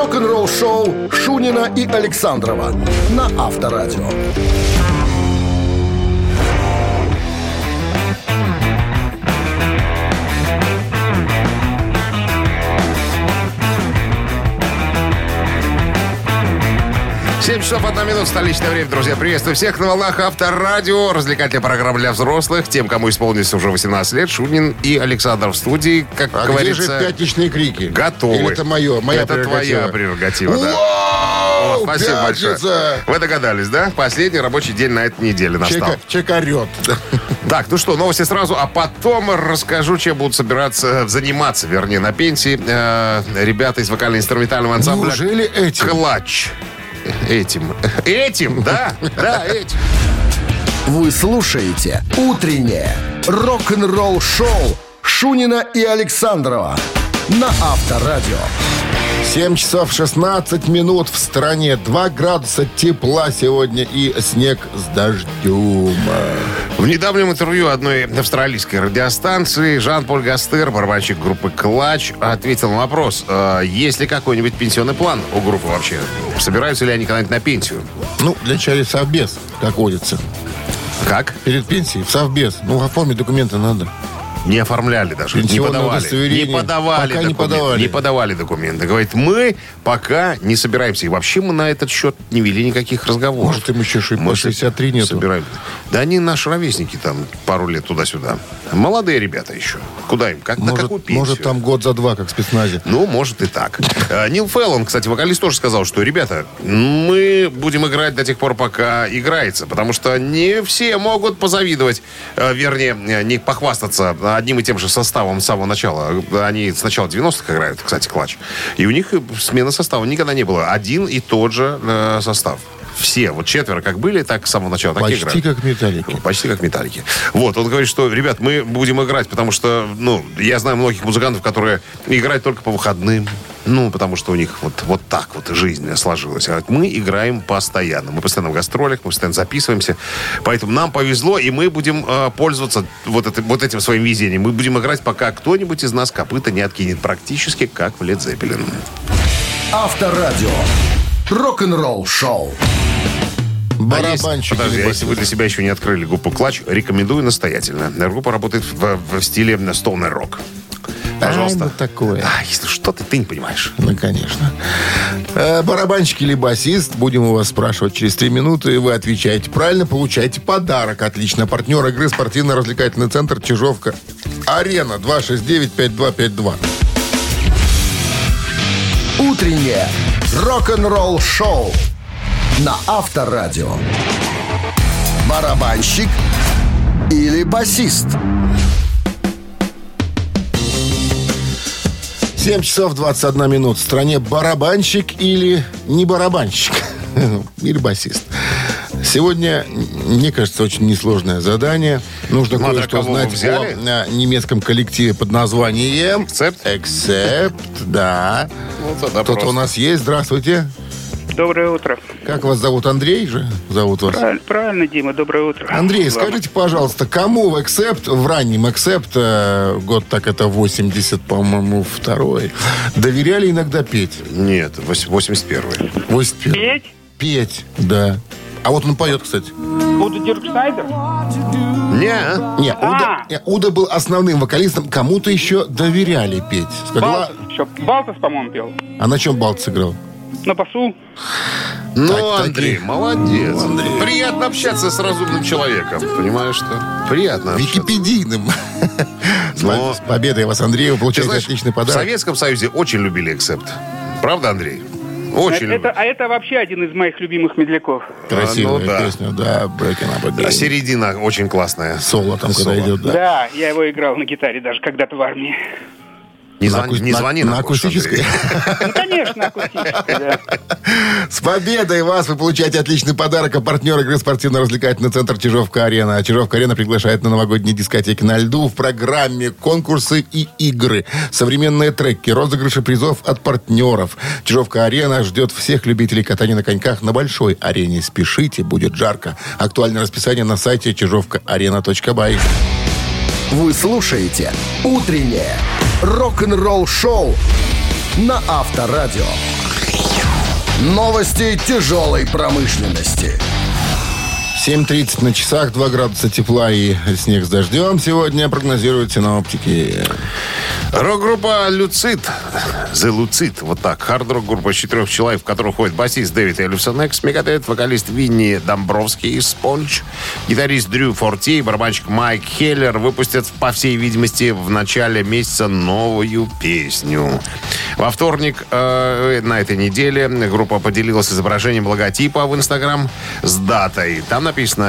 Рок-н-ролл-шоу Шунина и Александрова на Авторадио. Семь часов 1 минута, столичное время, друзья. Приветствую всех на волнах Авторадио. Развлекательная программа для взрослых. Тем, кому исполнилось уже 18 лет, Шунин и Александр в студии, как говорится. Где же пятничные крики? Готовы. Или это моя это прерогатива? Твоя прерогатива, да. Вау, Спасибо большое. пятница! Вы догадались, да? Последний рабочий день на этой неделе настал. Человек орет. Так, ну что, новости сразу, а потом расскажу, чем будут заниматься, вернее, на пенсии ребята из вокально-инструментального ансамбля. Неужели этим? «Клатч». Этим, да, этим. Вы слушаете «Утреннее рок-н-ролл-шоу» Шунина и Александрова на Авторадио. 7 часов 16 минут в стране. 2 градуса тепла сегодня и снег с дождем. В недавнем интервью одной австралийской радиостанции Жан-Поль Гастер, барабанщик группы «Клатч», ответил на вопрос, есть ли какой-нибудь пенсионный план у группы вообще? Собираются ли они когда-нибудь на пенсию? Ну, для начала в совбез, как водится. Как? Перед пенсией в совбез. Ну, оформить документы надо. Не оформляли даже, не Пенсионное подавали. удостоверение. Не подавали Пока не документы. подавали. Не подавали документы. Говорит, мы пока не собираемся. И вообще мы на этот счет не вели никаких разговоров. Может, им еще по 63 нету. Собираем. Да они наши ровесники там пару лет туда-сюда. Молодые ребята еще. Куда им? На какую пенсию? Может, там год за 2, как в спецназе. Ну, может и так. Нил Фэллон, кстати, вокалист, тоже сказал, что, ребята, мы будем играть до тех пор, пока играется. Потому что не все могут позавидовать, вернее, не похвастаться одним и тем же составом с самого начала. Они с начала 90-х играют, кстати, «Клатч». И у них смена состава никогда не было. Один и тот же состав. Все, вот 4 как были, так с самого начала, так и играют. Почти как «Металлики». Почти как «Металлики». Вот, он говорит, что, ребят, мы будем играть, потому что, я знаю многих музыкантов, которые играют только по выходным. Потому что у них вот так вот жизнь сложилась. А мы играем постоянно. Мы постоянно в гастролях, мы постоянно записываемся. Поэтому нам повезло, и мы будем пользоваться вот этим своим везением. Мы будем играть, пока кто-нибудь из нас копыта не откинет. Практически как в Led Zeppelin. Авторадио. Рок-н-ролл-шоу. Барабанщик. Если вы для себя еще не открыли группу «Клатч», рекомендую настоятельно. Группа работает в стиле стоунер-рок. Пожалуйста. Вот такое. Если что-то ты не понимаешь. Ну, конечно. Барабанщик или басист? Будем у вас спрашивать через 3 минуты. Вы отвечаете правильно, получаете подарок. Отлично. Партнер игры спортивно-развлекательный центр «Чижовка-Арена». 269-5252. Утреннее рок-н-ролл-шоу на Авторадио. Барабанщик или басист? 7 часов 21 минут. В стране барабанщик или не барабанщик? Или басист. Сегодня, мне кажется, очень несложное задание. Нужно кое-что знать о немецком коллективе под названием Accept. Да. Кто-то у нас есть. Здравствуйте. Доброе утро. Как вас зовут? Андрей же зовут вас? Правильно, Дима, доброе утро. Андрей, скажите, пожалуйста, кому в Accept, в раннем Accept, год так это 80, по-моему, 2-й, доверяли иногда петь? Нет, 81-й. 81-й. Петь, да. А вот он поет, кстати. Уда Диркшнайдер? Не, Уда был основным вокалистом. Кому-то еще доверяли петь. Балтас, по-моему, пел. А на чем Балтас играл? На басу. Андрей, молодец. Андрей. Приятно общаться с разумным человеком. Понимаешь, что? Приятно общаться. Википедийным. С победой вас, Андрей. Вы получаете отличный подарок. В Советском Союзе очень любили Accept. Правда, Андрей? Очень любят. Это вообще один из моих любимых медляков. Красивая песня, да. Breaking Up Again. Середина очень классная. Соло там, когда идет, да. Да, я его играл на гитаре даже когда-то в армии. Не звони на акустической? Ну, конечно, акустической, да. С победой вас! Вы получаете отличный подарок. А партнер игры спортивно-развлекательный центр «Чижовка-Арена». «Чижовка-Арена» приглашает на новогодние дискотеки на льду в программе конкурсы и игры. Современные треки, розыгрыши призов от партнеров. «Чижовка-Арена» ждет всех любителей катания на коньках на большой арене. Спешите, будет жарко. Актуальное расписание на сайте чижовкаарена.бай. Вы слушаете «Утреннее рок-н-ролл-шоу» на Авторадио. Новости тяжелой промышленности. 7:30 на часах, 2 градуса тепла и снег с дождем сегодня прогнозируют синоптики. Рок-группа «Люцид», «The Lucid», вот так, хард-рок-группа из 4 человек, в которую входит басист Дэвид Эллифсон Экс, мегадет, вокалист Винни Домбровский из «Спонж», гитарист Дрю Форти и барабанщик Майк Хеллер выпустят, по всей видимости, в начале месяца новую песню. Во вторник на этой неделе группа поделилась изображением логотипа в Инстаграм с датой. Там написано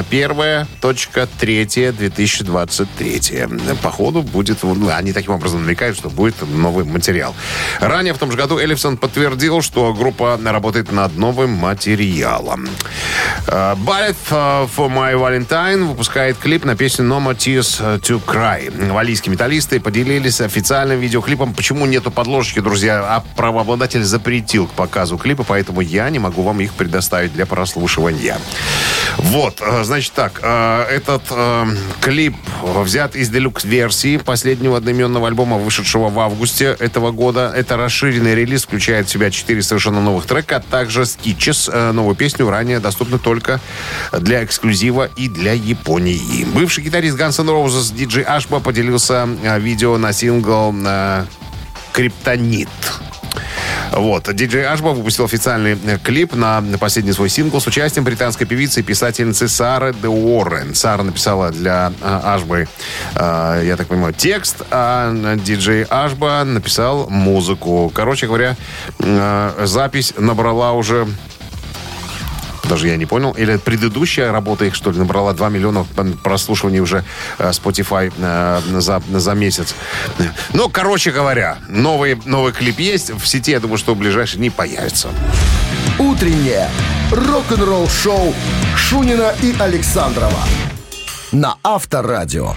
1.3.2023. Походу будет... Они таким образом намекают, что будет новый материал. Ранее в том же году Эллифсон подтвердил, что группа работает над новым материалом. Ballet for My Valentine выпускает клип на песню No More Tears to Cry. Валийские металлисты поделились официальным видеоклипом. Почему нету подложки, друзья? А правообладатель запретил к показу клипа, поэтому я не могу вам их предоставить для прослушивания. Вот, значит так, этот клип взят из делюкс-версии последнего одноименного альбома, вышедшего в августе этого года. Это расширенный релиз, включает в себя 4 совершенно новых трека, а также Sketches, новую песню, ранее доступную только для эксклюзива и для Японии. Бывший гитарист Guns N' Roses Диджей Ашба поделился видео на сингл «Криптонит». Вот. Диджей Ашба выпустил официальный клип на последний свой сингл с участием британской певицы и писательницы Сары Де Уоррен. Сара написала для Ашбы, я так понимаю, текст, а диджей Ашба написал музыку. Короче говоря, запись набрала уже... Даже я не понял. Или предыдущая работа их, что ли, набрала 2 миллиона прослушиваний уже Spotify за месяц. Ну, короче говоря, новый клип есть. В сети, я думаю, что в ближайшие дни появится. Утреннее рок-н-ролл-шоу Шунина и Александрова на Авторадио.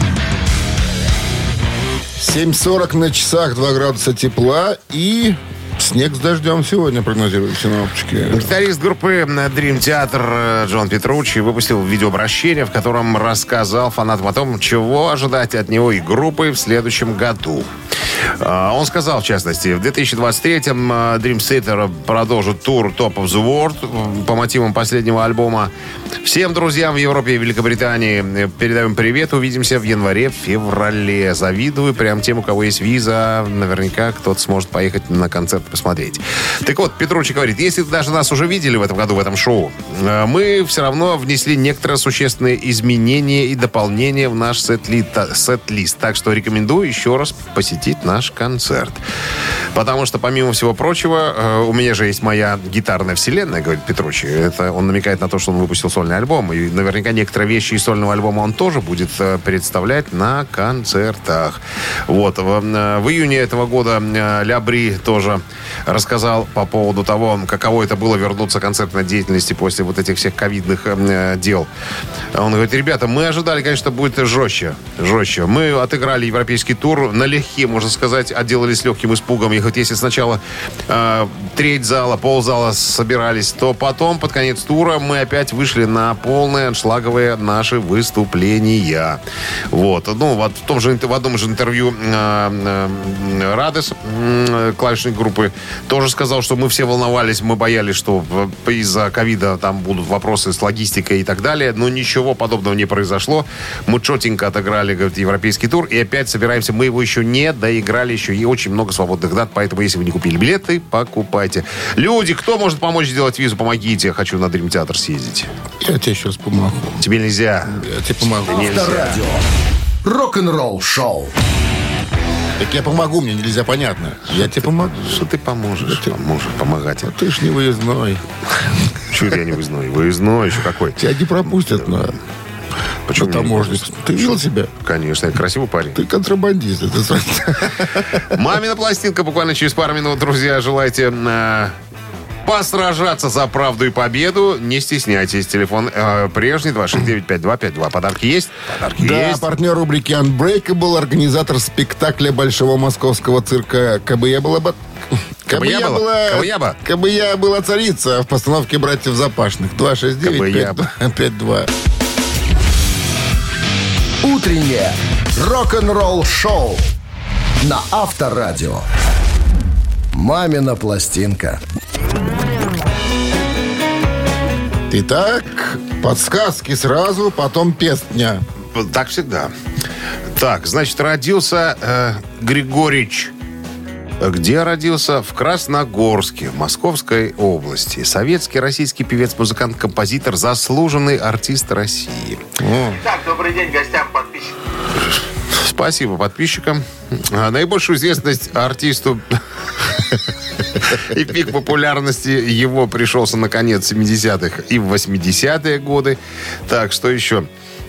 7:40 на часах, 2 градуса тепла и... снег с дождем сегодня прогнозируют синоптики. Гитарист группы Dream Theater Джон Петруччи выпустил видеообращение, в котором рассказал фанатам о том, чего ожидать от него и группы в следующем году. Он сказал, в частности, в 2023-м Dream Theater продолжит тур Top of the World по мотивам последнего альбома. Всем друзьям в Европе и Великобритании передаем привет. Увидимся в январе-феврале. Завидую прям тем, у кого есть виза. Наверняка кто-то сможет поехать на концерт посмотреть. Так вот, Петруччи говорит, если даже нас уже видели в этом году, в этом шоу, мы все равно внесли некоторые существенные изменения и дополнения в наш сет-лист. Так что рекомендую еще раз посетить наш концерт. Потому что, помимо всего прочего, у меня же есть моя гитарная вселенная, говорит Петруччи. Это он намекает на то, что он выпустил сольный альбом. И наверняка некоторые вещи из сольного альбома он тоже будет представлять на концертах. Вот. В июне этого года Ля Бри тоже рассказал по поводу того, каково это было вернуться к концертной деятельности после вот этих всех ковидных дел. Он говорит, ребята, мы ожидали, конечно, будет жестче. Мы отыграли европейский тур налегке, можно сказать, отделались легким испугом. И хоть если сначала треть зала, ползала собирались, то потом, под конец тура, мы опять вышли на полные аншлаговые наши выступления. Вот. Ну, вот в одном же интервью Радес, клавишник группы, тоже сказал, что мы все волновались, мы боялись, что из-за ковида там будут вопросы с логистикой и так далее, но ничего подобного не произошло. Мы четенько отыграли, говорит, европейский тур, и опять собираемся. Мы его еще не доиграли, еще и очень много свободных дат, поэтому если вы не купили билеты, покупайте. Люди, кто может помочь сделать визу, помогите. Хочу на Dream Theater съездить. Я тебе сейчас помогу. Тебе нельзя. Я тебе помогу. Авторадио. Рок-н-ролл-шоу. Так я помогу, мне нельзя, понятно. Я тебе помогу. Что ты поможешь? Поможешь помогать. А ты ж не выездной. Чего я не выездной? Выездной еще какой? Тебя не пропустят на... Почему на таможне? Ты видел себя? Конечно, я красивый парень. Ты контрабандист. Мамина пластинка буквально через пару минут, друзья. Желаете посражаться за правду и победу? Не стесняйтесь. Телефон прежний 269-5252. Подарки есть? Подарки есть. Да, партнер рубрики Unbreakable, организатор спектакля Большого московского цирка «Кабы я была царица» в постановке «Братьев Запашных». 269-5252. Утреннее рок-н-ролл-шоу на Авторадио. «Мамина пластинка». Итак, подсказки сразу, потом песня. Так всегда. Так, значит, родился Григорич. Где родился? В Красногорске, в Московской области. Советский, российский певец, музыкант, композитор, заслуженный артист России. Так, добрый день гостям, подписчикам. Спасибо подписчикам. Наибольшую известность артисту и пик популярности его пришелся на конец 70-х и в 80-е годы. Так, что еще?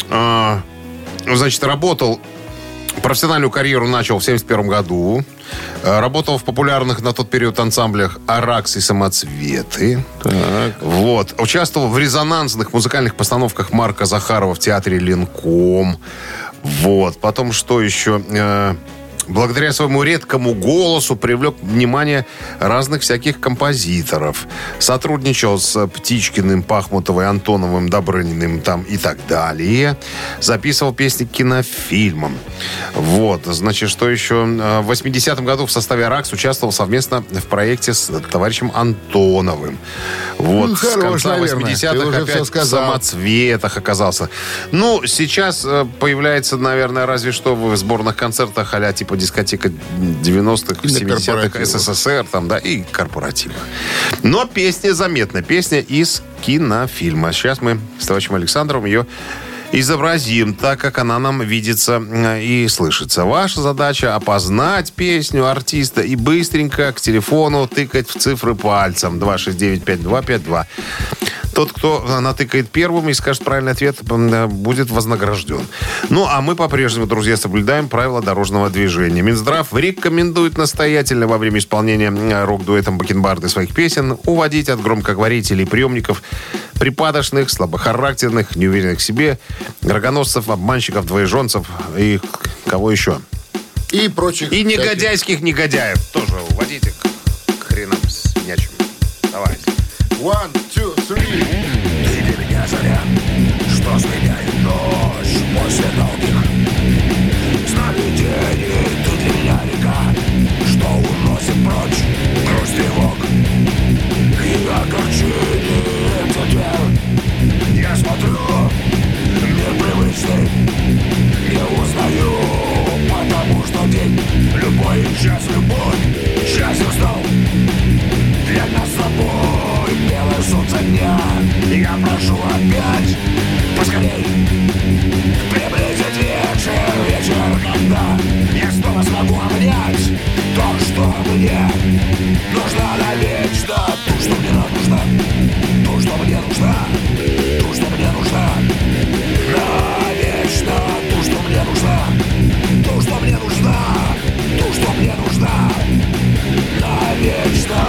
Значит, профессиональную карьеру начал в 71 году. Работал в популярных на тот период ансамблях «Аракс» и «Самоцветы». Так. Вот. Участвовал в резонансных музыкальных постановках Марка Захарова в театре «Ленком». Вот. Потом что еще? Благодаря своему редкому голосу привлек внимание разных всяких композиторов. Сотрудничал с Птичкиным, Пахмутовой, Антоновым, Добрыниным там и так далее. Записывал песни к кинофильмам. Вот, значит, что еще? В 80-м году в составе «Аракс» участвовал совместно в проекте с товарищем Антоновым. Вот, с конца 80-х опять в «Самоцветах» оказался. Ну, сейчас появляется, наверное, разве что в сборных концертах а-ля типа дискотека 90-х, 70-х СССР, там, да, и корпоратива. Но песня заметна. Песня из кинофильма. Сейчас мы с товарищем Александром ее изобразим так, как она нам видится и слышится. Ваша задача — опознать песню артиста и быстренько к телефону тыкать в цифры пальцем. 269-5252. Тот, кто натыкает первым и скажет правильный ответ, будет вознагражден. Ну, а мы по-прежнему, друзья, соблюдаем правила дорожного движения. Минздрав рекомендует настоятельно во время исполнения рок-дуэтом бакенбарды своих песен уводить от громкоговорителей, приемников припадочных, слабохарактерных, неуверенных в себе, рогоносцев, обманщиков, двоеженцев и кого еще? И прочих. И негодяйских негодяев тоже уводите к хренам свинячим. Давайте. 1, 2, 3. Ты для меня заря, что сменяет ночь после долгих сновидений. Ты для меня река, что уносит прочь грусть тревог и огорчений. Теперь я смотрю, мир привычный не узнаю, потому что день любой, час любой, счастье стал для нас с тобой. Белое солнце дня, я прошу опять поскорей приблизить вечер, когда я снова смогу обнять то, что мне нужно навечно. То, что мне нужно, то, что мне нужно, то, что мне нужно навечно. То, что мне нужно, то, что мне нужно, то, что мне нужно навечно.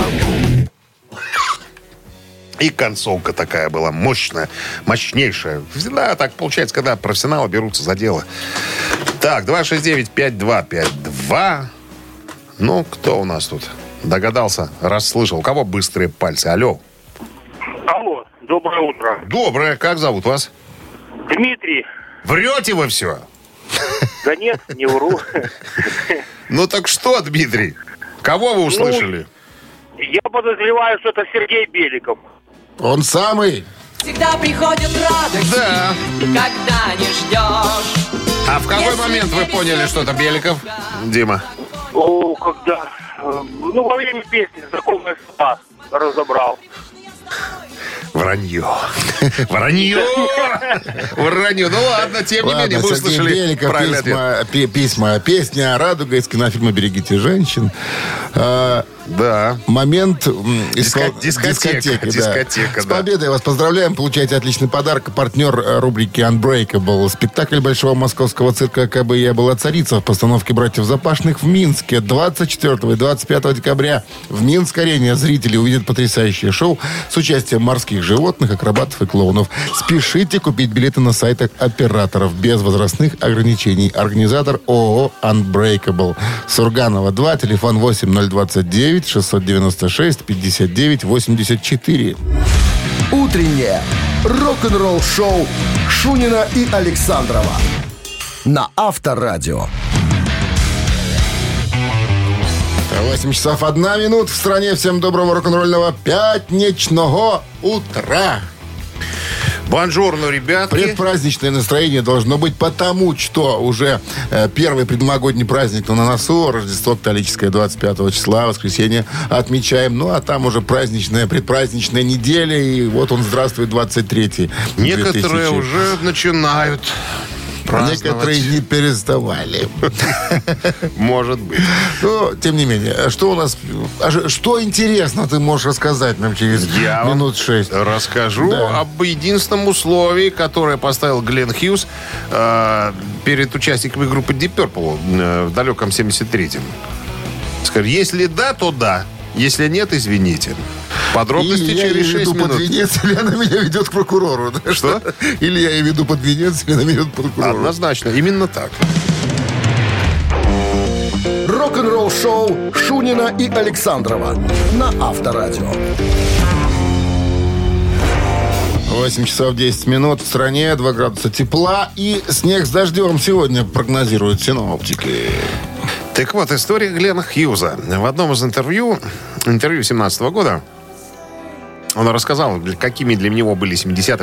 И концовка такая была мощная, мощнейшая. Всегда так получается, когда профессионалы берутся за дело. Так, 269-5252. Ну, кто у нас тут? Догадался, расслышал. У кого быстрые пальцы? Алло. Алло, доброе утро. Доброе. Как зовут вас? Дмитрий. Врете вы все? Да нет, не вру. Ну так что, Дмитрий? Кого вы услышали? Я подозреваю, что это Сергей Беликов. Он самый. Всегда приходит радость, Да. когда не ждешь. А в какой момент вы поняли, что это Беликов, Дима? О, когда? Ну, во время песни «Знакомая слова» разобрал. Вранье. Вранье. Вранье. Ну ладно, тем не менее, вы услышали Беликов, правильный ответ. песня «Радуга» из кинофильма «Берегите женщин». Да. Момент Дискотека, С да. победой вас поздравляем. Получаете отличный подарок. Партнер рубрики Unbreakable. Спектакль Большого московского цирка «КБ я была царица» в постановке братьев Запашных в Минске 24 и 25 декабря. В Минск-арене зрители увидят потрясающее шоу с участием морских животных, акробатов и клоунов. Спешите купить билеты на сайтах операторов без возрастных ограничений. Организатор ООО Unbreakable. Сурганова 2, телефон 8029 696 59 84. Утреннее рок-н-ролл-шоу Шунина и Александрова на Авторадио. 8 часов 1 минута в стране. Всем доброго рок-н-ролльного пятничного утра. Бонжорно, ребятки. Предпраздничное настроение должно быть, потому что уже первый предновогодний праздник на носу, Рождество католическое 25 числа, воскресенье отмечаем. Ну, а там уже праздничная, предпраздничная неделя, и вот он, здравствует, 23-й. Некоторые уже начинают праздновать. Некоторые не переставали. Может быть. Но, тем не менее, что у нас... Что интересно ты можешь рассказать нам через минут 6? Расскажу об единственном условии, которое поставил Глен Хьюз перед участниками группы Deep Purple в далеком 73-м. Скажи, если да, то да. Если нет, извините. Подробности или через 6 минут. Под венец, или она меня ведет к прокурору. Да? Что? Или я ее веду под венец, или она меня ведет к прокурору. Однозначно, именно так. Рок-н-ролл-шоу Шунина и Александрова на Авторадио. 8 часов 10 минут. В стране 2 градуса тепла и снег с дождем сегодня прогнозируют синоптики. Так вот, история Глена Хьюза. В одном из интервью 2017 года, он рассказал, какими для него были 70-е,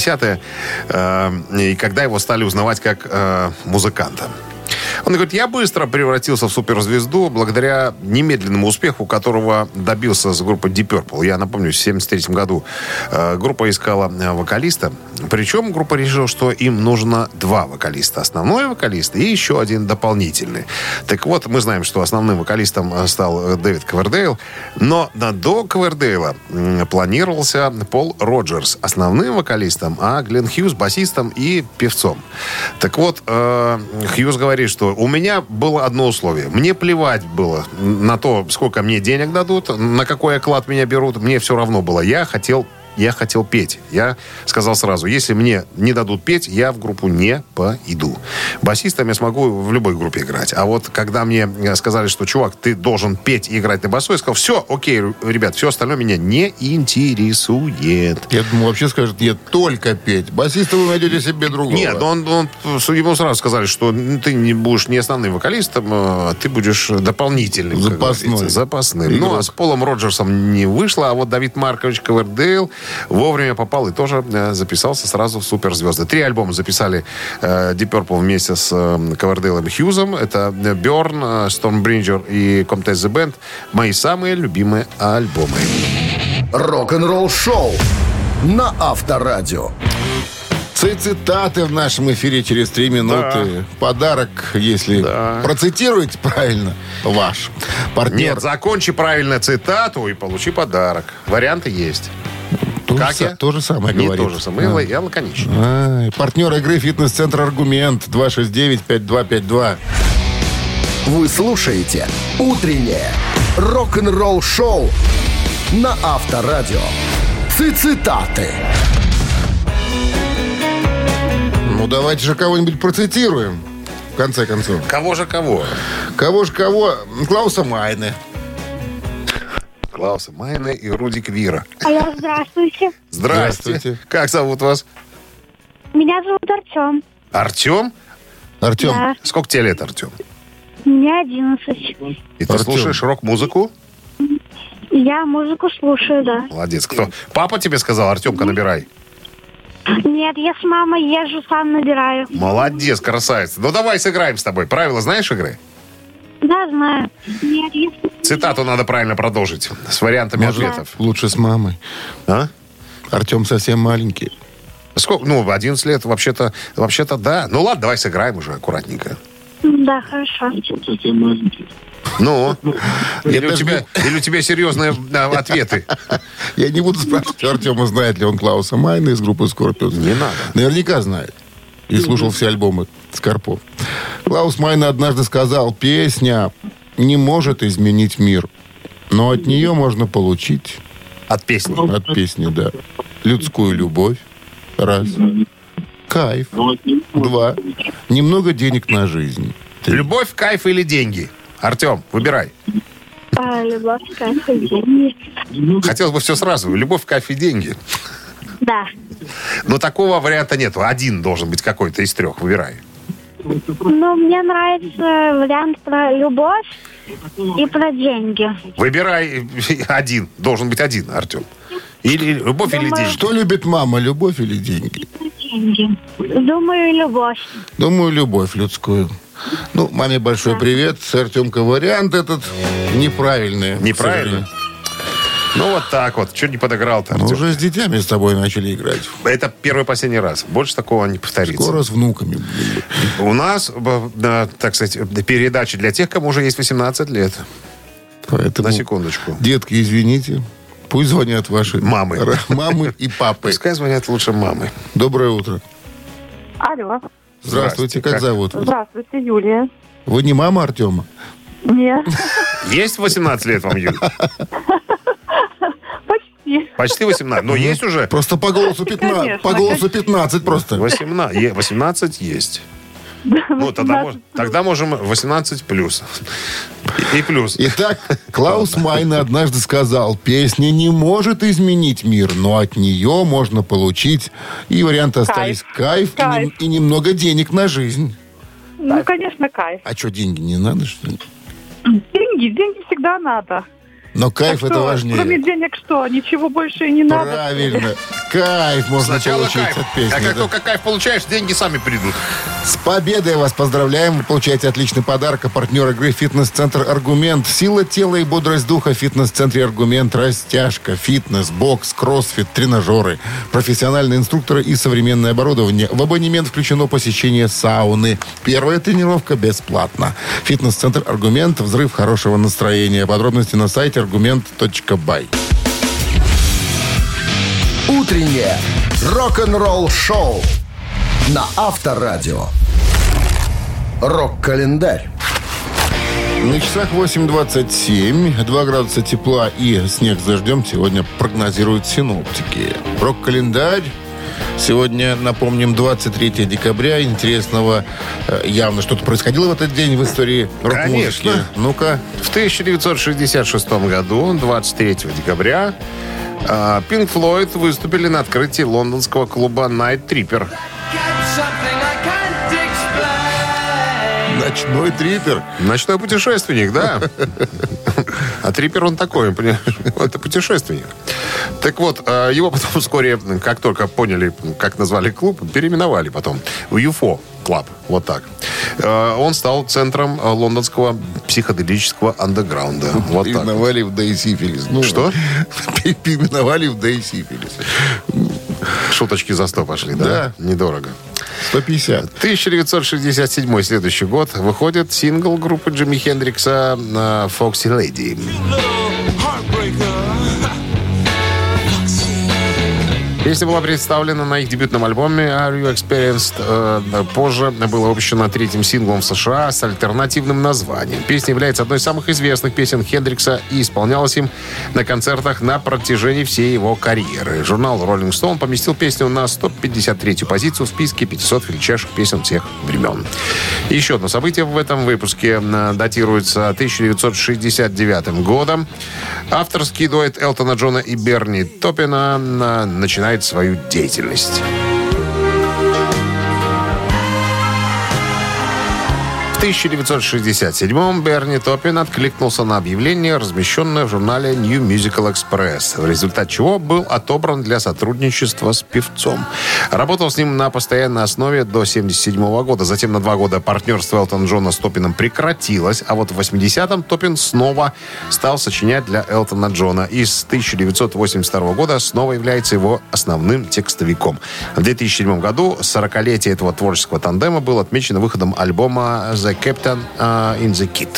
80-е, и когда его стали узнавать как музыканта. Он говорит, я быстро превратился в суперзвезду благодаря немедленному успеху, которого добился с группой Deep Purple. Я напомню, в 1973 году группа искала вокалиста. Причем группа решила, что им нужно 2 вокалиста. Основной вокалист и еще один дополнительный. Так вот, мы знаем, что основным вокалистом стал Дэвид Ковердейл. Но до Ковердейла планировался Пол Роджерс основным вокалистом, а Глен Хьюз басистом и певцом. Так вот, Хьюз говорит, что у меня было одно условие. Мне плевать было на то, сколько мне денег дадут, на какой оклад меня берут. Мне все равно было. Я хотел петь. Я сказал сразу, если мне не дадут петь, я в группу не пойду. Басистом я смогу в любой группе играть. А вот когда мне сказали, что, чувак, ты должен петь и играть на басу, я сказал, все, окей, ребят, все остальное меня не интересует. Я думаю, вообще скажет, нет, только петь. Басиста вы найдете себе другого. Нет, ему сразу сказали, что ты не будешь не основным вокалистом, а ты будешь дополнительным. Запасным. Игрок. Ну, а с Полом Роджерсом не вышло, а вот Давид Маркович Ковердейл вовремя попал и тоже записался сразу в суперзвезды. 3 альбома записали Deep Purple вместе с Ковердейлом и Хьюзом. Это Burn, Stormbreaker и Comtesse the Band. Мои самые любимые альбомы. Рок-н-ролл-шоу на Авторадио. Цитаты в нашем эфире через 3 минуты. Подарок, если процитируете правильно, ваш партнер. Нет, закончи правильно цитату и получи подарок. Варианты есть. То же самое Не говорит. то же самое, я лаконично. Партнер игры «Фитнес-центр Аргумент» 269-5252. Вы слушаете «Утреннее рок-н-ролл-шоу» на Авторадио. Цитаты. Ну, давайте же кого-нибудь процитируем, в конце концов. Кого же кого? Кого же кого? Клауса Майне. Клауса Майне и Рудик Вира. Алло, здравствуйте. Здравствуйте. Как зовут вас? Меня зовут Артем. Артем? Артем, Да. Сколько тебе лет, Артем? Мне 11. И ты Артем. слушаешь рок-музыку? Я музыку слушаю, да. Молодец. Кто? Папа тебе сказал, Артемка, набирай? Нет, я с мамой езжу, сам набираю. Молодец, красавец. Ну, давай сыграем с тобой. Правила знаешь игры? Да, знаю. Нет, я... Цитату надо правильно продолжить. С вариантами ответов. лучше с мамой. А? Артем совсем маленький. Сколько? Ну, 11 лет, вообще-то да. Ну, ладно, давай сыграем уже аккуратненько. Да, хорошо. Ну, или даже у тебя серьезные ответы. Я не буду спрашивать у Артема, знает ли он Клауса Майна из группы Scorpions. Не надо. Наверняка знает. И слушал все альбомы Скорпов. Клаус Майна однажды сказал, песня не может изменить мир, но от нее можно получить... От песни. От песни, да. Людскую любовь. Раз. Кайф. 2. Немного денег на жизнь. 3. Любовь, кайф или деньги? Артем, выбирай. Любовь, кайф и деньги. Хотелось бы все сразу. Любовь, кайф и деньги. Да. Но такого варианта нет. Один должен быть какой-то из 3. Выбирай. Ну, мне нравится вариант про любовь и про деньги. Выбирай один. Должен быть один, Артем. Или любовь, или деньги? Что любит мама, любовь или деньги? Деньги. Думаю, любовь. Думаю, любовь людскую. Ну, маме большой привет. Артемка, вариант этот неправильный. Неправильно? Ну, вот так вот. Чего не подыграл-то, Мы Артем? уже с детьми с тобой начали играть. Это первый и последний раз. Больше такого не повторится. Скоро с внуками. У нас, так сказать, передача для тех, кому уже есть 18 лет. Поэтому, На секундочку. детки, извините. Пусть звонят ваши Мамы. Мамы и папы. Пускай звонят лучше мамы. Доброе утро. Алло. Здравствуйте, как зовут вас? Здравствуйте, Юлия. Вы не мама Артема? Нет. Есть 18 лет вам, Юль? Почти. Почти 18. Но есть уже? Просто по голосу 15. Конечно, По голосу 15 просто. 18 есть. Ну, тогда можем 18 плюс. И плюс. Итак, Клаус Майне однажды сказал, песня не может изменить мир, но от нее можно получить, и варианты остались, кайф. И немного денег на жизнь. Ну, конечно, кайф. А что, деньги не надо, что ли? Деньги всегда надо. Но кайф А это что, важнее. Кроме денег что? Ничего больше и не надо? Правильно. Кайф можно Сначала получить кайф. от песни. А как да. только кайф получаешь, деньги сами придут. С победой вас поздравляем. Вы получаете отличный подарок. А партнер игры «Фитнес-центр Аргумент». Сила тела и бодрость духа в «Фитнес-центре Аргумент». Растяжка, фитнес, бокс, кроссфит, тренажеры, профессиональные инструкторы и современное оборудование. В абонемент включено посещение сауны. Первая тренировка бесплатна. «Фитнес-центр Аргумент». Взрыв хорошего настроения. Подробности на сайте argument.by. Утреннее рок-н-ролл-шоу на Авторадио. Рок-календарь. На часах 8:27, 2 градуса тепла и снег с дождем сегодня прогнозируют синоптики. Рок-календарь. Сегодня, напомним, 23 декабря. Интересного явно что-то происходило в этот день в истории рок-музыки. Конечно. Ну-ка. В 1966 году, 23 декабря, Pink Floyd выступили на открытии лондонского клуба Night Tripper. Ночной трипер. Ночной путешественник, да. А трипер он такой, понимаешь? Это путешественник. Так вот, его потом вскоре, как только поняли, как назвали клуб, переименовали потом в UFO Club. Вот так. Он стал центром лондонского психоделического андеграунда. Вот так. Переименовали в Day Syphilis. Ну, что? Переименовали в Day Syphilis. Шуточки за 100 пошли, да? Да. Недорого. 150. 1967 следующий год выходит сингл группы Джимми Хендрикса «Foxy Lady». Песня была представлена на их дебютном альбоме «Are You Experienced?». Позже была выпущена третьим синглом в США с альтернативным названием. Песня является одной из самых известных песен Хендрикса и исполнялась им на концертах на протяжении всей его карьеры. Журнал Rolling Stone поместил песню на 153-ю позицию в списке 500 величайших песен всех времен. И еще одно событие в этом выпуске датируется 1969 годом. Авторский дуэт Элтона Джона и Берни Топпина начинает свою деятельность. В 1967-м Берни Топпин откликнулся на объявление, размещенное в журнале New Musical Express, в результате чего был отобран для сотрудничества с певцом. Работал с ним на постоянной основе до 1977 года. Затем на 2 года партнерство Элтона Джона с Топпином прекратилось, а вот в 80-м Топпин снова стал сочинять для Элтона Джона и с 1982 года снова является его основным текстовиком. В 2007 году 40-летие этого творческого тандема было отмечено выходом альбома «The Captain in the Kid».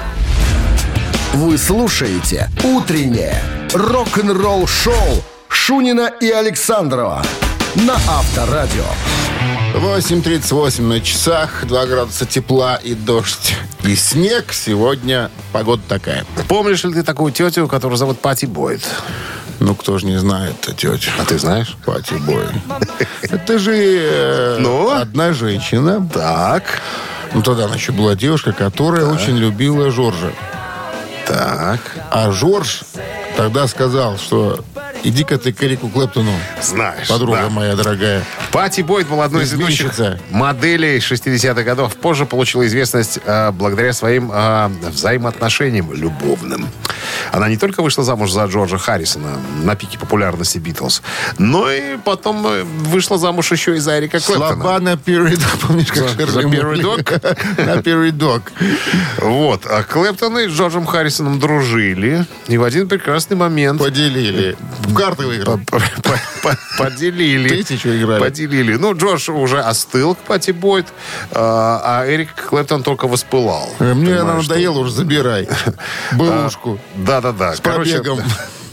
Вы слушаете «Утреннее рок-н-ролл-шоу» Шунина и Александрова на Авторадио. 8:38 на часах, 2 градуса тепла и дождь. И снег. Сегодня погода такая. Помнишь ли ты такую тетю, которую зовут Пати Бойд? Ну, кто же не знает, тетя. А ты знаешь? Пати Бойд. Это же одна женщина. Так. Ну, тогда она еще была девушка, которая очень любила Жоржа. Так. А Жорж тогда сказал, что Иди-ка ты к Эрику Клэптону, Знаешь. подруга да. моя дорогая. Патти Бойд была одной из ведущих Изменщица. моделей 60-х годов. Позже получила известность благодаря своим взаимоотношениям любовным. Она не только вышла замуж за Джорджа Харрисона на пике популярности Битлз, но и потом вышла замуж еще и за Эрика Клэптона. Слова на передок, помнишь, как За Шерли передок? На передок. Вот. А Клэптон и с Джорджем Харрисоном дружили. И в один прекрасный момент... Поделили. В карты выиграл. Поделили. Тысячу играли. Поделили. Ну, Джордж уже остыл к Патти Бойд, а Эрик Клэптон только воспылал. Мне она Понимаешь, надоела, уже забирай. Бэушку. Да-да-да. С пробегом.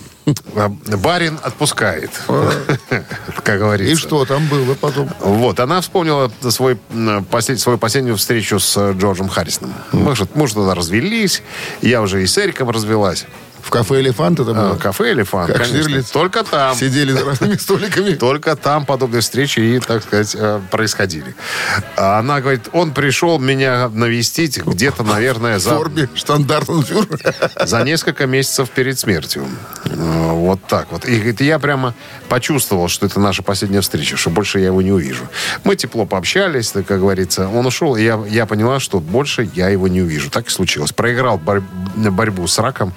Барин отпускает, как говорится. И что там было потом? Вот, она вспомнила свою последнюю встречу с Джорджем Харрисоном. Мы тогда развелись, я уже и с Эриком развелась. В кафе «Элефант» это было? Кафе «Элефант», Как конечно. Штирлиц. Только там. Сидели за разными столиками. Только там подобные встречи и, так сказать, происходили. А она говорит, он пришел меня навестить где-то, наверное, В форме штандартенфюрер. за несколько месяцев перед смертью. Вот так вот. И говорит, я прямо почувствовал, что это наша последняя встреча, что больше я его не увижу. Мы тепло пообщались, как говорится. Он ушел, и я поняла, что больше я его не увижу. Так и случилось. Проиграл борьбу с раком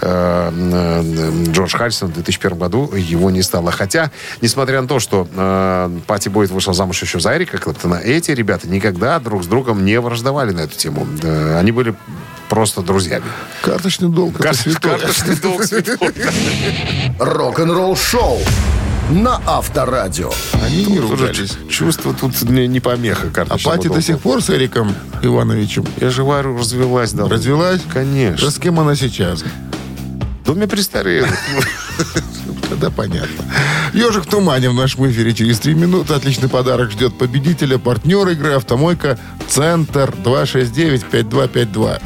Джордж Харрисон в 2001 году, его не стало. Хотя, несмотря на то, что Патти Бойд вышла замуж еще за Эрика Клэптона, эти ребята никогда друг с другом не враждовали на эту тему. Они были просто друзьями. Карточный долг. Карточный долг святой. Рок-н-ролл шоу на Авторадио. Они не ругались. Чувство тут не помеха. А Патти до сих пор с Эриком Ивановичем Я же говорю, развелась давно. развелась? Конечно. Да с кем она сейчас? Да у меня престарелых. Тогда понятно. «Ежик в тумане» в нашем эфире через 3 минуты. Отличный подарок ждет победителя. Партнер игры «Автомойка Центр» 269-5252.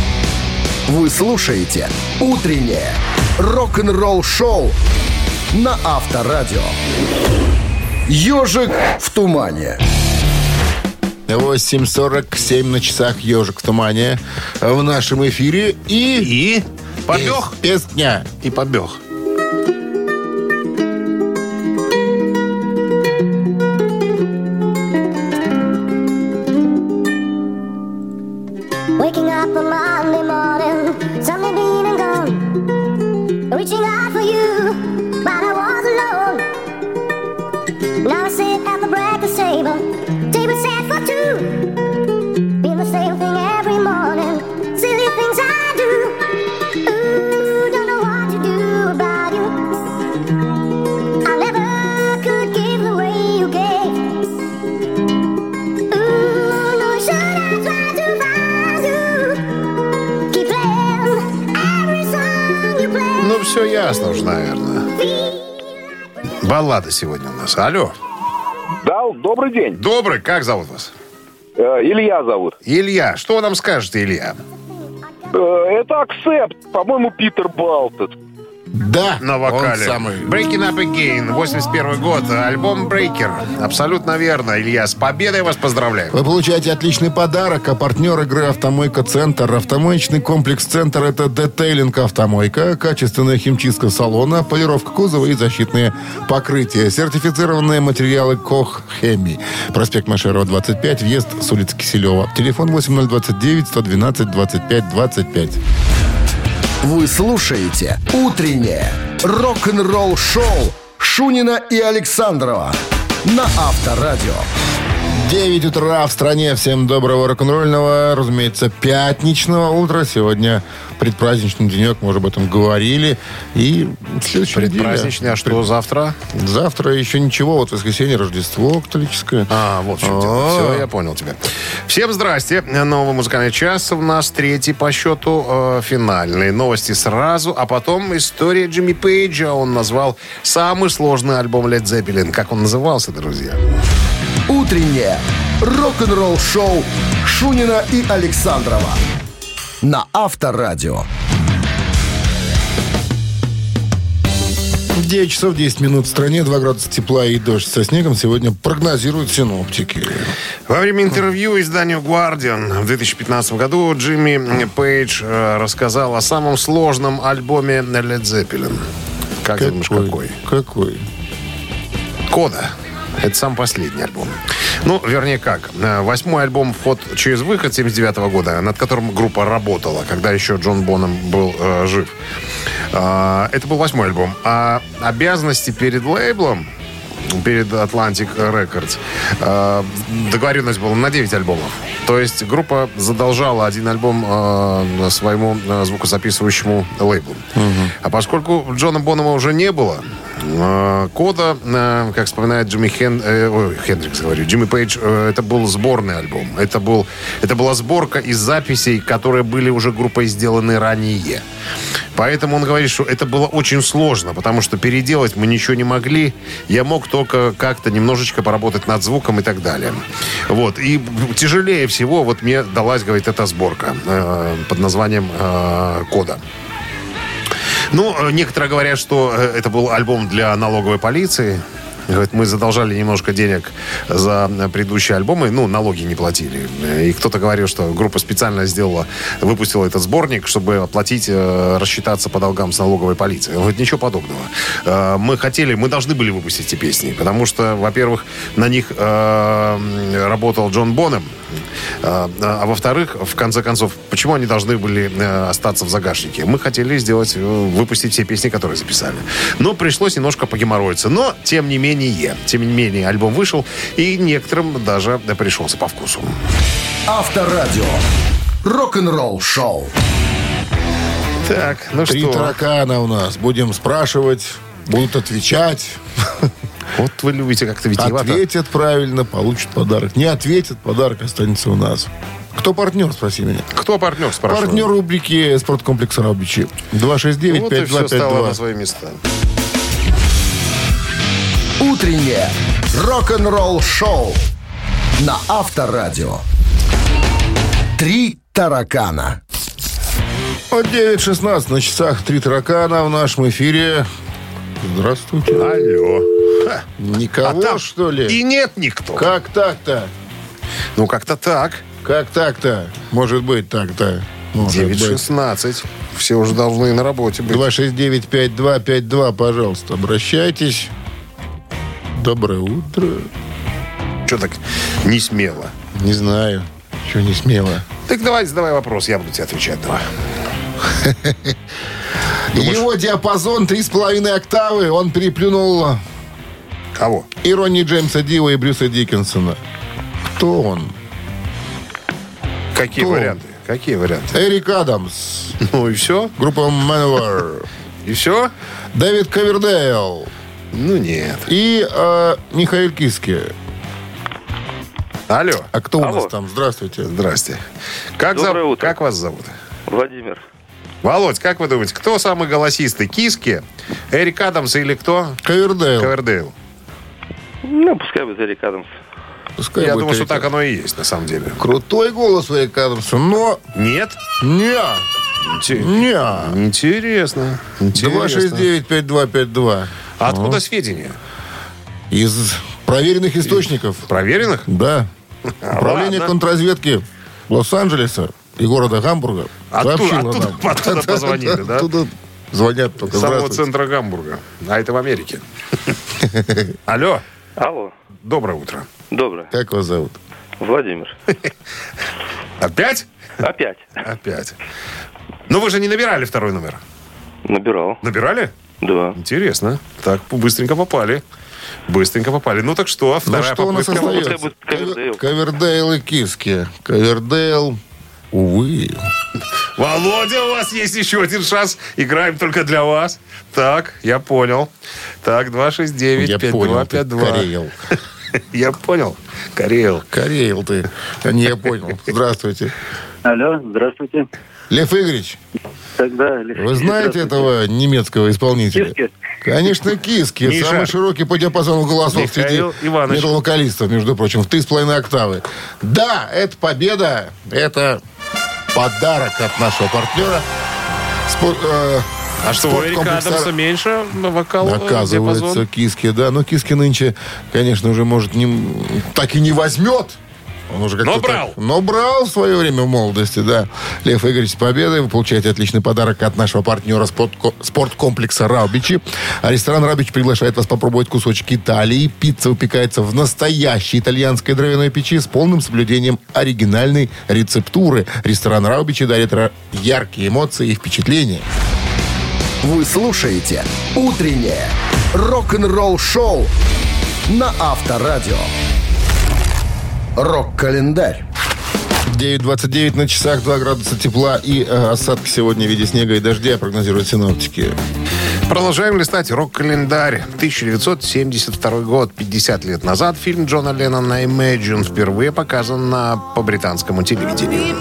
Вы слушаете «Утреннее рок-н-ролл-шоу» на Авторадио. «Ежик в тумане». 8:47 на часах «Ежик в тумане» в нашем эфире. И побег. Песня. И побег. Waking up on Monday morning, Sunday been and gone. Reaching out for you, but I was alone. Now I sit at the breakfast table, table set for two. Been the same thing every morning, silly things I do. Ooh, don't know what to do about you. I never could give the way you gave. Ooh, no, should I try to find you? Keep playing every song you play. Ну, все ясно уже, наверное. Баллада сегодня у нас. Алло. Да, добрый день. Добрый. Как зовут вас? Илья зовут. Илья. Что вы нам скажете, Илья? Это «Аксепт», по-моему, Питер Балтед. Да, На вокале. он самый. Breaking Up Again, 81 год, альбом Breaker. Абсолютно верно, Илья. С победой вас поздравляю. Вы получаете отличный подарок, а партнер игры «Автомойка Центр». Автомоечный комплекс «Центр» — это детейлинг «Автомойка», качественная химчистка салона, полировка кузова и защитные покрытия. Сертифицированные материалы «Кох Хеми». Проспект Машерова, 25, въезд с улицы Киселева. Телефон 8029-112-25-25. Вы слушаете «Утреннее рок-н-ролл-шоу» Шунина и Александрова на Авторадио. 9 утра в стране. Всем доброго рок-н-ролльного, разумеется, пятничного утра. Сегодня предпраздничный денек, мы уже об этом говорили. И следующая неделя. Предпраздничный, а что завтра? Завтра еще ничего. Вот воскресенье, Рождество католическое. Вот в чем дело. Все, я понял тебя. Всем здрасте. Новый музыкальный час у нас, третий по счету, финальные новости сразу, а потом история Джимми Пейджа. Он назвал самый сложный альбом Led Zeppelin. Как он назывался, друзья? Утреннее рок-н-ролл-шоу Шунина и Александрова на Авторадио. 9 часов 10 минут в стране, 2 градуса тепла и дождь со снегом сегодня прогнозируют синоптики. Во время интервью изданию Guardian в 2015 году Джимми Пейдж рассказал о самом сложном альбоме Led Zeppelin. Как ты думаешь, какой? Какой? Кода. Это сам последний альбом. Ну, вернее, как. 8-й альбом «Вход через выход» 79 года, над которым группа работала, когда еще Джон Бонхэм был жив. Это был 8-й альбом. А обязанности перед лейблом, перед Atlantic Records, договоренность была на 9 альбомов. То есть группа задолжала один альбом своему звукозаписывающему лейблу. А поскольку Джона Бонхэма уже не было, Кода, как вспоминает Джимми Пейдж, это был сборный альбом. Это была сборка из записей, которые были уже группой сделаны ранее. Поэтому он говорит, что это было очень сложно, потому что переделать мы ничего не могли. Я мог только как-то немножечко поработать над звуком и так далее. Вот. И тяжелее всего вот мне далась, говорит, эта сборка под названием «Кода». Ну, некоторые говорят, что это был альбом для налоговой полиции. Говорит, мы задолжали немножко денег за предыдущие альбомы, ну, налоги не платили. И кто-то говорил, что группа специально выпустила этот сборник, чтобы оплатить, рассчитаться по долгам с налоговой полицией. Он говорит, ничего подобного. Мы должны были выпустить эти песни, потому что, во-первых, на них работал Джон Бонхэм, а во-вторых, в конце концов, почему они должны были остаться в загашнике? Мы хотели выпустить все песни, которые записали. Но пришлось немножко погеморроиться. Но, тем не менее, альбом вышел, и некоторым даже пришелся по вкусу. Авторадио. Рок-н-ролл шоу. Так, ну что? 3 таракана у нас. Будем спрашивать, будут отвечать. Вот вы любите как-то витиевато. Ответят правильно, получат подарок. Не ответят, подарок останется у нас. Кто партнер, спроси меня. Кто партнер, спрашиваю? Партнер рубрики «Спорткомплекс Раубичи». 269-5252. Вот и все стало на свои места. Утреннее рок-н-ролл шоу на Авторадио. 3 таракана. Вот 9:16 на часах. 3 таракана в нашем эфире. Здравствуйте. Алло. Никого, там что ли? И нет никто. Как так-то? Ну, как-то так. Как так-то? Может быть, так-то. 9:16. Все уже должны на работе быть. 269-5252, пожалуйста, обращайтесь. Доброе утро. Что так не смело? Не знаю. Что не смело? Так давай задавай вопрос, я буду тебе отвечать. Давай. Его диапазон 3,5 октавы. Он переплюнул... Кого? И Ронни Джеймса Дио, и Брюса Диккенсона. Кто он? Какие варианты? Эрик Адамс. Ну и все? Группа Manowar. И все? Дэвид Ковердейл. Ну нет. И Михаил Киски. Алло. А кто у нас там? Здравствуйте. Здрасте. Доброе утро. Как вас зовут? Владимир. Володь, как вы думаете, кто самый голосистый? Киски, Эрик Адамс или кто? Ковердейл. Ну, пускай будет Эрик Адамс. Я думаю, что так оно и есть, на самом деле. Крутой голос у Эрика Адамса, но... Нет? Интересно. 269-5252. А откуда сведения? Из проверенных источников. Проверенных? Да. Управление контрразведки Лос-Анджелеса и города Гамбурга сообщило нам. Оттуда позвонили, да? Оттуда звонят только. С самого центра Гамбурга. А это в Америке. Алло. Алло. Доброе утро. Доброе. Как вас зовут? Владимир. Опять? Опять. Ну, вы же не набирали второй номер? Набирал. Набирали? Да. Интересно. Так, быстренько попали. Ну, так что? Вторая что у нас попытка. остается? Ковердейл и Киски. Ковердейл, увы. Володя, у вас есть еще один шанс. Играем только для вас. Так, я понял. Так, 269-5252. Корейл. Я понял. Корейл ты. Не, я понял. Здравствуйте. Алло, здравствуйте. Лев Игоревич. Тогда, Лев, вы знаете этого немецкого исполнителя? Киски? Конечно, Киски. Миша. Самый широкий по диапазону голосов среди метал-вокалистов, между прочим, в 3,5 октавы. Да, это победа. Это подарок от нашего партнера. А что, у Эрика Адамса меньше вокал? Оказывается, Киски, да. Но Киски нынче, конечно, уже, может, так и не возьмет Он уже Но брал. Но брал в свое время в молодости, да. Лев Игоревич, с победой. Вы получаете отличный подарок от нашего партнера спорткомплекса «Раубичи». А ресторан «Раубичи» приглашает вас попробовать кусочки Италии. Пицца выпекается в настоящей итальянской дровяной печи с полным соблюдением оригинальной рецептуры. Ресторан «Раубичи» дарит яркие эмоции и впечатления. Вы слушаете «Утреннее рок-н-ролл-шоу» на Авторадио. Рок-календарь. 9:29 на часах, 2 градуса тепла и осадки сегодня в виде снега и дождя, прогнозируют синоптики. Продолжаем листать рок-календарь. 1972 год, 50 лет назад, фильм Джона Леннона «Imagine» впервые показан по британскому телевидению.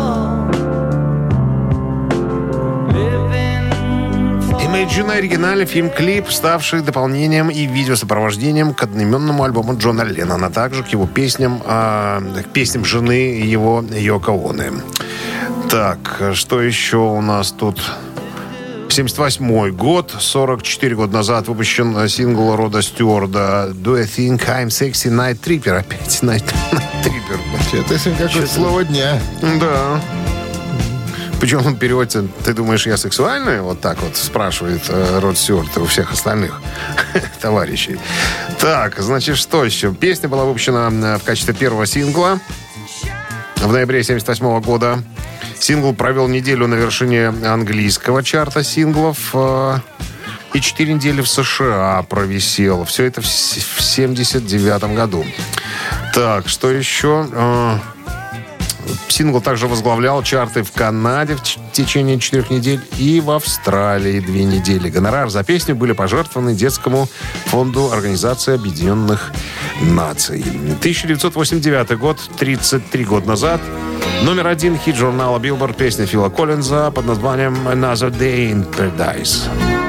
«Imagine» — оригинальный фильм-клип, ставший дополнением и видеосопровождением к одноименному альбому Джона Леннона, а также к его песням, к песням жены его Йоко Оно. Так, что еще у нас тут? 1978 год, 44 года назад выпущен сингл Рода Стюарда «Do you think I'm sexy Night Tripper?» Опять Night Tripper. Это сегодня какое-то слово дня. Да. Причем он переводится: «Ты думаешь, я сексуальная?» Вот так вот спрашивает Род Стюарт у всех остальных товарищей. Так, значит, что еще? Песня была выпущена в качестве первого сингла в ноябре 1978 года. Сингл провел неделю на вершине английского чарта синглов и 4 недели в США провисел. Все это в 1979 году. Так, что еще? Сингл также возглавлял чарты в Канаде в течение 4 недель и в Австралии 2 недели. Гонорар за песню были пожертвованы детскому фонду Организации Объединенных Наций. 1989 год, 33 года назад. Номер 1 хит журнала Billboard, песня Фила Коллинза под названием «Another Day in Paradise».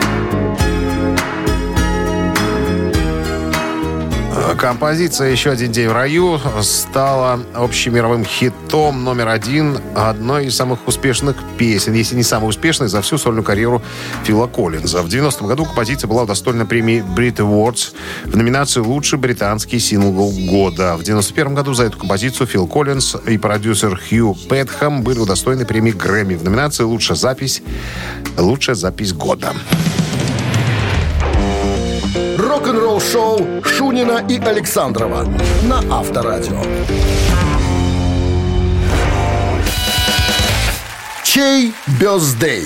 Композиция «Еще один день в раю» стала общемировым хитом номер 1, одной из самых успешных песен, если не самой успешной, за всю сольную карьеру Фила Коллинза. В 90-м году композиция была удостоена премии Brit Awards в номинации «Лучший британский сингл года». В 91-м году за эту композицию Фил Коллинз и продюсер Хью Пэтхэм были удостоены премии Грэмми в номинации «Лучшая запись года». Рок-н-ролл-шоу Шунина и Александрова на Авторадио. Чей бёздей?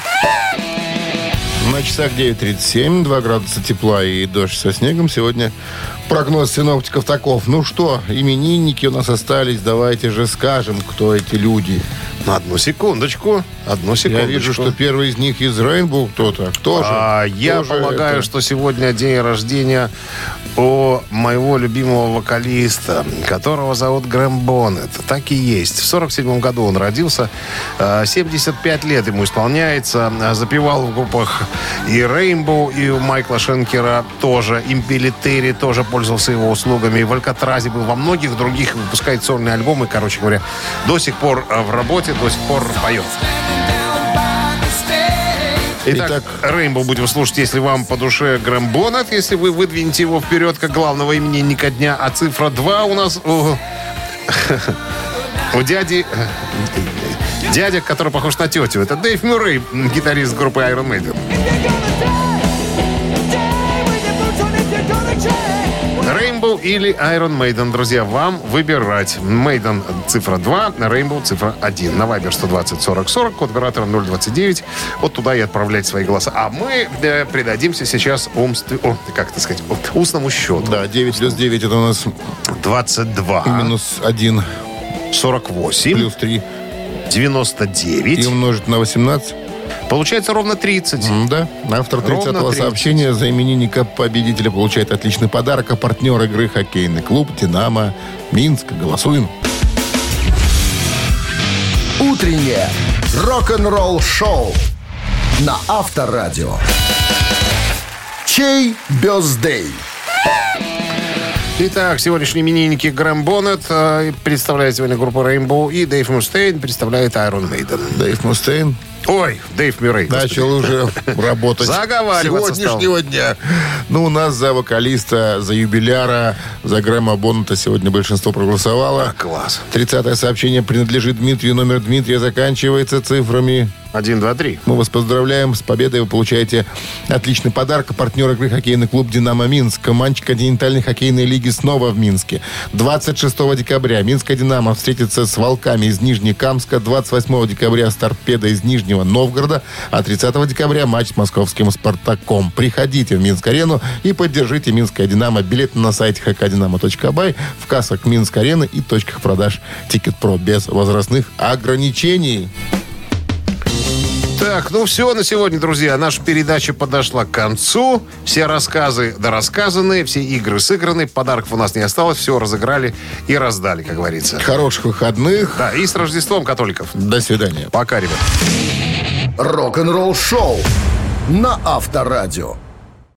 На часах 9:37, 2 градуса тепла и дождь со снегом. Сегодня прогноз синоптиков таков. Ну что, именинники у нас остались. Давайте же скажем, кто эти люди. Одну секундочку. Я вижу, что первый из них из Рейнбоу кто-то. Кто же? Я полагаю, что сегодня день рождения у моего любимого вокалиста, которого зовут Грэм Боннет. Так и есть. В 1947 году он родился. 75 лет ему исполняется. Запевал в группах и Рейнбоу, и у Майкла Шенкера тоже. Импелитери тоже пользовался его услугами. В Алькатразе был, во многих других выпускает сольные альбомы. Короче говоря, до сих пор в работе, до сих пор поет. Итак, Рейнбоу будем слушать, если вам по душе Грэм Боннет, если вы выдвинете его вперед как главного именинника дня. А цифра 2 у нас у дяди, который похож на тетю. Это Дэйв Мюррей, гитарист группы Iron Maiden. Рейнбоу или Iron Maiden, друзья, вам выбирать. Maiden цифра 2, Рейнбоу цифра 1. На Вайбер 120-40-40, код оператора 029. Вот туда и отправляйте свои голоса. А мы придадимся сейчас устному счету. Да, 9 плюс 9 это у нас 22. Минус 1. 48. Плюс 3. 99. И умножить на 18. Получается ровно 30. Да. Автор 30-го сообщения за именинника победителя получает отличный подарок. А партнер игры хоккейный клуб «Динамо» Минск. Голосуем. Утреннее рок-н-ролл-шоу на Авторадио. Чей бёздей? Итак, сегодняшние именинники: Грэм Боннет представляет сегодня группу Rainbow, и Дэйв Мустейн представляет Iron Maiden. Дэйв Мустейн. Ой, Дэйв Мюррей. Начал уже работать. Заговариваться Сегодняшнего дня. Ну, у нас за вокалиста, за юбиляра, за Грэма Боннета сегодня большинство проголосовало. Класс. 30-е сообщение принадлежит Дмитрию. Номер Дмитрия заканчивается цифрами 1, 2, 3. Мы вас поздравляем с победой. Вы получаете отличный подарок. Партнер игры хоккейный клуб «Динамо Минск». Матч континентальной хоккейной лиги снова в Минске. 26 декабря Минская «Динамо» встретится с «Волками» из Нижнекамска. 28 декабря с «Торпедо» из Нижнего Новгорода. А 30 декабря матч с московским «Спартаком». Приходите в Минск-арену и поддержите «Минская «Динамо». Билеты на сайте hkdinamo.by, в кассах Минск-арены и точках продаж «Тикет.Про» без возрастных ограничений. Так, ну все на сегодня, друзья. Наша передача подошла к концу. Все рассказы дорассказаны, все игры сыграны. Подарков у нас не осталось. Все разыграли и раздали, как говорится. Хороших выходных. Да, и с Рождеством католиков. До свидания. Пока, ребят. Рок-н-ролл шоу на Авторадио.